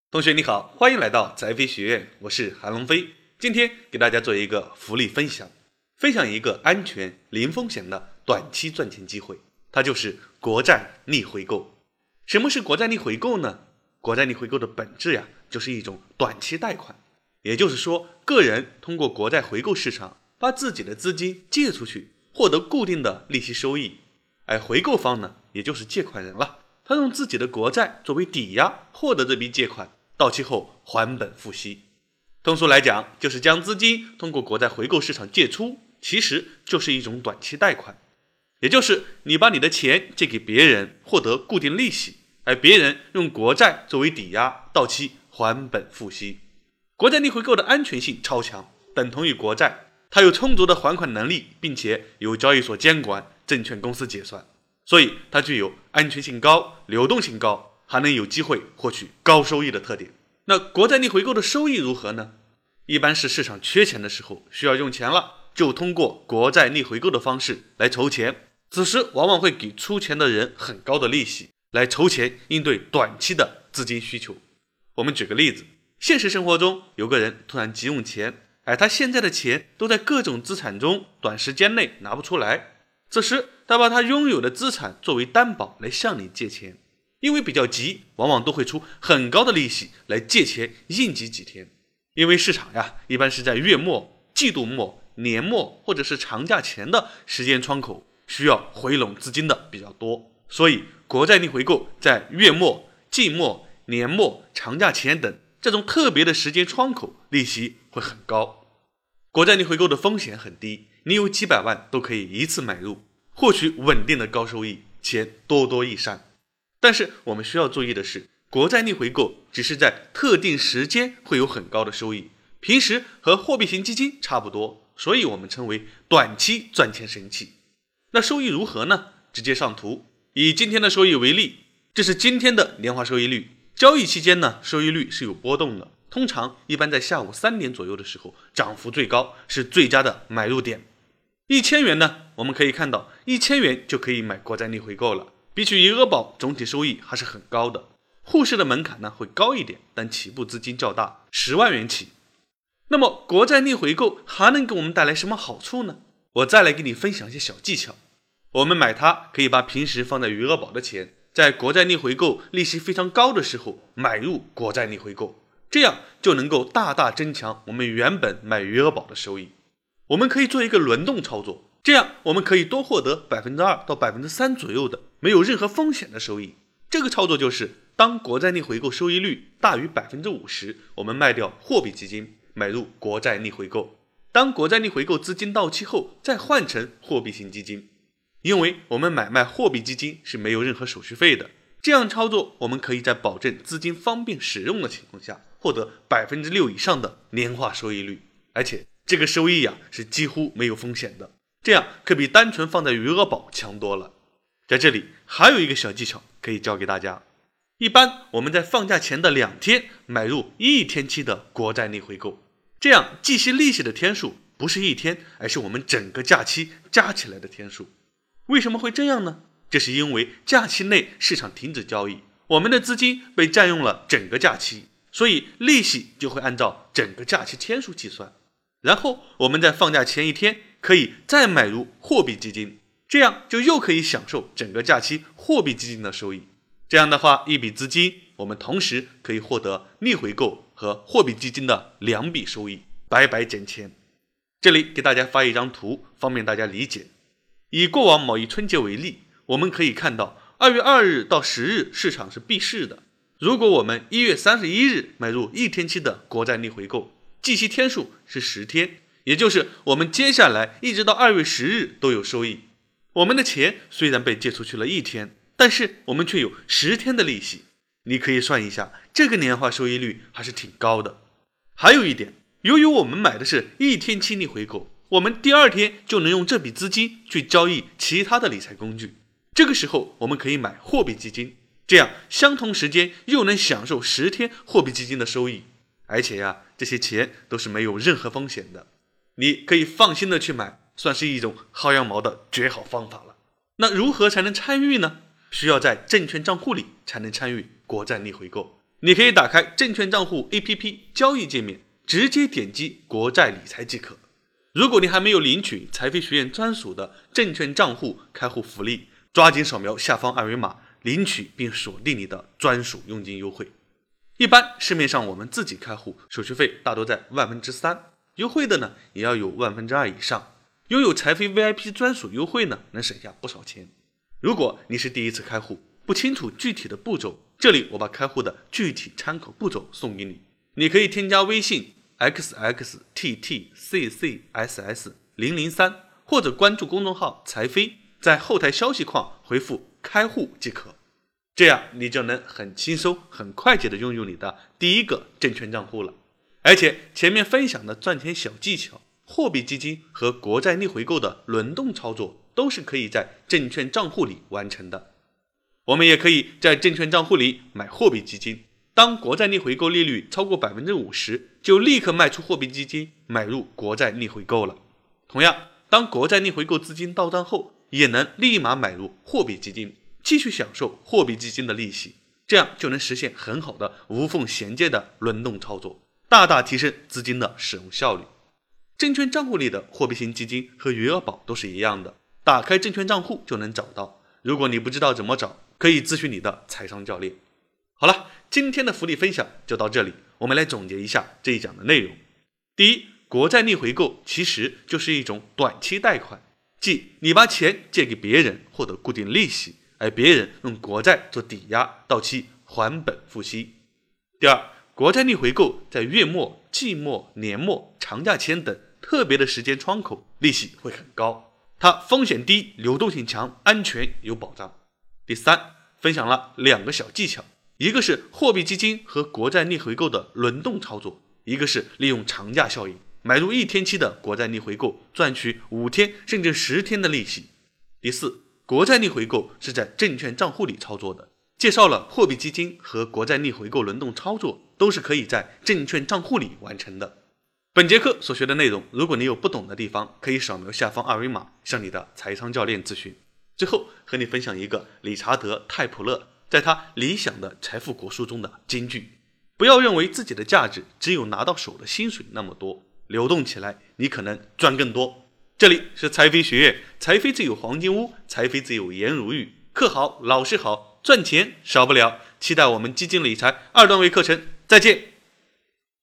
同学你好，欢迎来到财飞学院，我是韩龙飞。今天给大家做一个福利分享一个安全零风险的短期赚钱机会，它就是国债逆回购。什么是国债逆回购呢？国债逆回购的本质就是一种短期贷款，也就是说，个人通过国债回购市场把自己的资金借出去，获得固定的利息收益，而回购方呢，也就是借款人了，他用自己的国债作为抵押，获得这笔借款，到期后还本付息。通俗来讲，就是将资金通过国债回购市场借出，其实就是一种短期贷款，也就是你把你的钱借给别人，获得固定利息，而别人用国债作为抵押，到期还本付息。国债逆回购的安全性超强，等同于国债，它有充足的还款能力，并且有交易所监管，证券公司结算，所以它具有安全性高、流动性高，还能有机会获取高收益的特点。那国债逆回购的收益如何呢？一般是市场缺钱的时候，需要用钱了，就通过国债逆回购的方式来筹钱，此时往往会给出钱的人很高的利息，来筹钱应对短期的资金需求。我们举个例子，现实生活中有个人突然急用钱，而他现在的钱都在各种资产中，短时间内拿不出来，此时他把他拥有的资产作为担保来向你借钱，因为比较急，往往都会出很高的利息来借钱应急几天。因为市场一般是在月末、季度末、年末或者是长假前的时间窗口需要回笼资金的比较多，所以国债逆回购在月末、季末、年末、长假前等这种特别的时间窗口利息会很高。国债逆回购的风险很低，你有几百万都可以一次买入，获取稳定的高收益，钱多多益善。但是我们需要注意的是，国债逆回购只是在特定时间会有很高的收益，平时和货币型基金差不多，所以我们称为短期赚钱神器。那收益如何呢？直接上图，以今天的收益为例，这是今天的年化收益率。交易期间呢，收益率是有波动的，通常一般在下午3点左右的时候，涨幅最高，是最佳的买入点。1000元呢，我们可以看到1000元就可以买国债逆回购了，比起余额宝总体收益还是很高的。沪市的门槛呢会高一点，但起步资金较大，10万元起。那么国债逆回购还能给我们带来什么好处呢？我再来给你分享一些小技巧。我们买它可以把平时放在余额宝的钱，在国债逆回购利息非常高的时候买入国债逆回购，这样就能够大大增强我们原本买余额宝的收益。我们可以做一个轮动操作，这样我们可以多获得 2% 到 3% 左右的没有任何风险的收益。这个操作就是当国债逆回购收益率大于 50%， 我们卖掉货币基金，买入国债逆回购。当国债逆回购资金到期后，再换成货币型基金。因为我们买卖货币基金是没有任何手续费的，这样操作我们可以在保证资金方便使用的情况下，获得 6% 以上的年化收益率，而且这个收益是几乎没有风险的，这样可比单纯放在余额宝强多了。在这里还有一个小技巧可以教给大家，一般我们在放假前的2天买入1天期的国债逆回购，这样计息利息的天数不是1天，而是我们整个假期加起来的天数。为什么会这样呢？这是因为假期内市场停止交易，我们的资金被占用了整个假期，所以利息就会按照整个假期天数计算。然后我们在放假前1天可以再买入货币基金，这样就又可以享受整个假期货币基金的收益。这样的话，一笔资金我们同时可以获得逆回购和货币基金的2笔收益，白白捡钱。这里给大家发一张图，方便大家理解。以过往某一春节为例，我们可以看到2月2日到10日市场是闭市的。如果我们1月31日买入1天期的国债逆回购，计息天数是10天，也就是我们接下来一直到2月10日都有收益。我们的钱虽然被借出去了1天，但是我们却有10天的利息。你可以算一下，这个年化收益率还是挺高的。还有一点，由于我们买的是1天期逆回购，我们第2天就能用这笔资金去交易其他的理财工具。这个时候我们可以买货币基金，这样相同时间又能享受10天货币基金的收益，而且这些钱都是没有任何风险的，你可以放心的去买，算是一种薅羊毛的绝好方法了。那如何才能参与呢？需要在证券账户里才能参与国债逆回购。 你可以打开证券账户 APP 交易界面，直接点击国债理财即可。如果你还没有领取财飞学院专属的证券账户开户福利，抓紧扫描下方二维码领取并锁定你的专属佣金优惠。一般市面上我们自己开户手续费大多在3%，优惠的呢也要有2%以上。拥有财飞 VIP 专属优惠呢，能省下不少钱。如果你是第一次开户，不清楚具体的步骤，这里我把开户的具体参考步骤送给你。你可以添加微信 xxttccs003 或者关注公众号财飞，在后台消息框回复开户即可。这样你就能很轻松很快捷的拥有你的第一个证券账户了。而且前面分享的赚钱小技巧，货币基金和国债逆回购的轮动操作都是可以在证券账户里完成的。我们也可以在证券账户里买货币基金，当国债逆回购利率超过 50%， 就立刻卖出货币基金，买入国债逆回购了。同样，当国债逆回购资金到账后，也能立马买入货币基金，继续享受货币基金的利息，这样就能实现很好的无缝衔接的轮动操作，大大提升资金的使用效率。证券账户里的货币型基金和余额宝都是一样的，打开证券账户就能找到。如果你不知道怎么找，可以咨询你的财商教练。好了，今天的福利分享就到这里，我们来总结一下这一讲的内容。第一，国债逆回购其实就是一种短期贷款，即你把钱借给别人获得固定利息，而别人用国债做抵押，到期还本付息。第二，国债逆回购在月末、季末、年末、长假前等特别的时间窗口，利息会很高，它风险低，流动性强，安全有保障。第三，分享了2个小技巧，一个是货币基金和国债逆回购的轮动操作，一个是利用长假效应，买入1天期的国债逆回购，赚取5天甚至10天的利息。第四，国债逆回购是在证券账户里操作的，介绍了货币基金和国债逆回购轮动操作都是可以在证券账户里完成的。本节课所学的内容，如果你有不懂的地方，可以扫描下方二维码向你的财商教练咨询。最后和你分享一个理查德·泰普勒在他理想的财富国书中的金句：不要认为自己的价值只有拿到手的薪水那么多，流动起来你可能赚更多。这里是财飞学院，财飞自有黄金屋，财飞自有颜如玉，课好老师好，赚钱少不了。期待我们基金理财2段位课程，再见。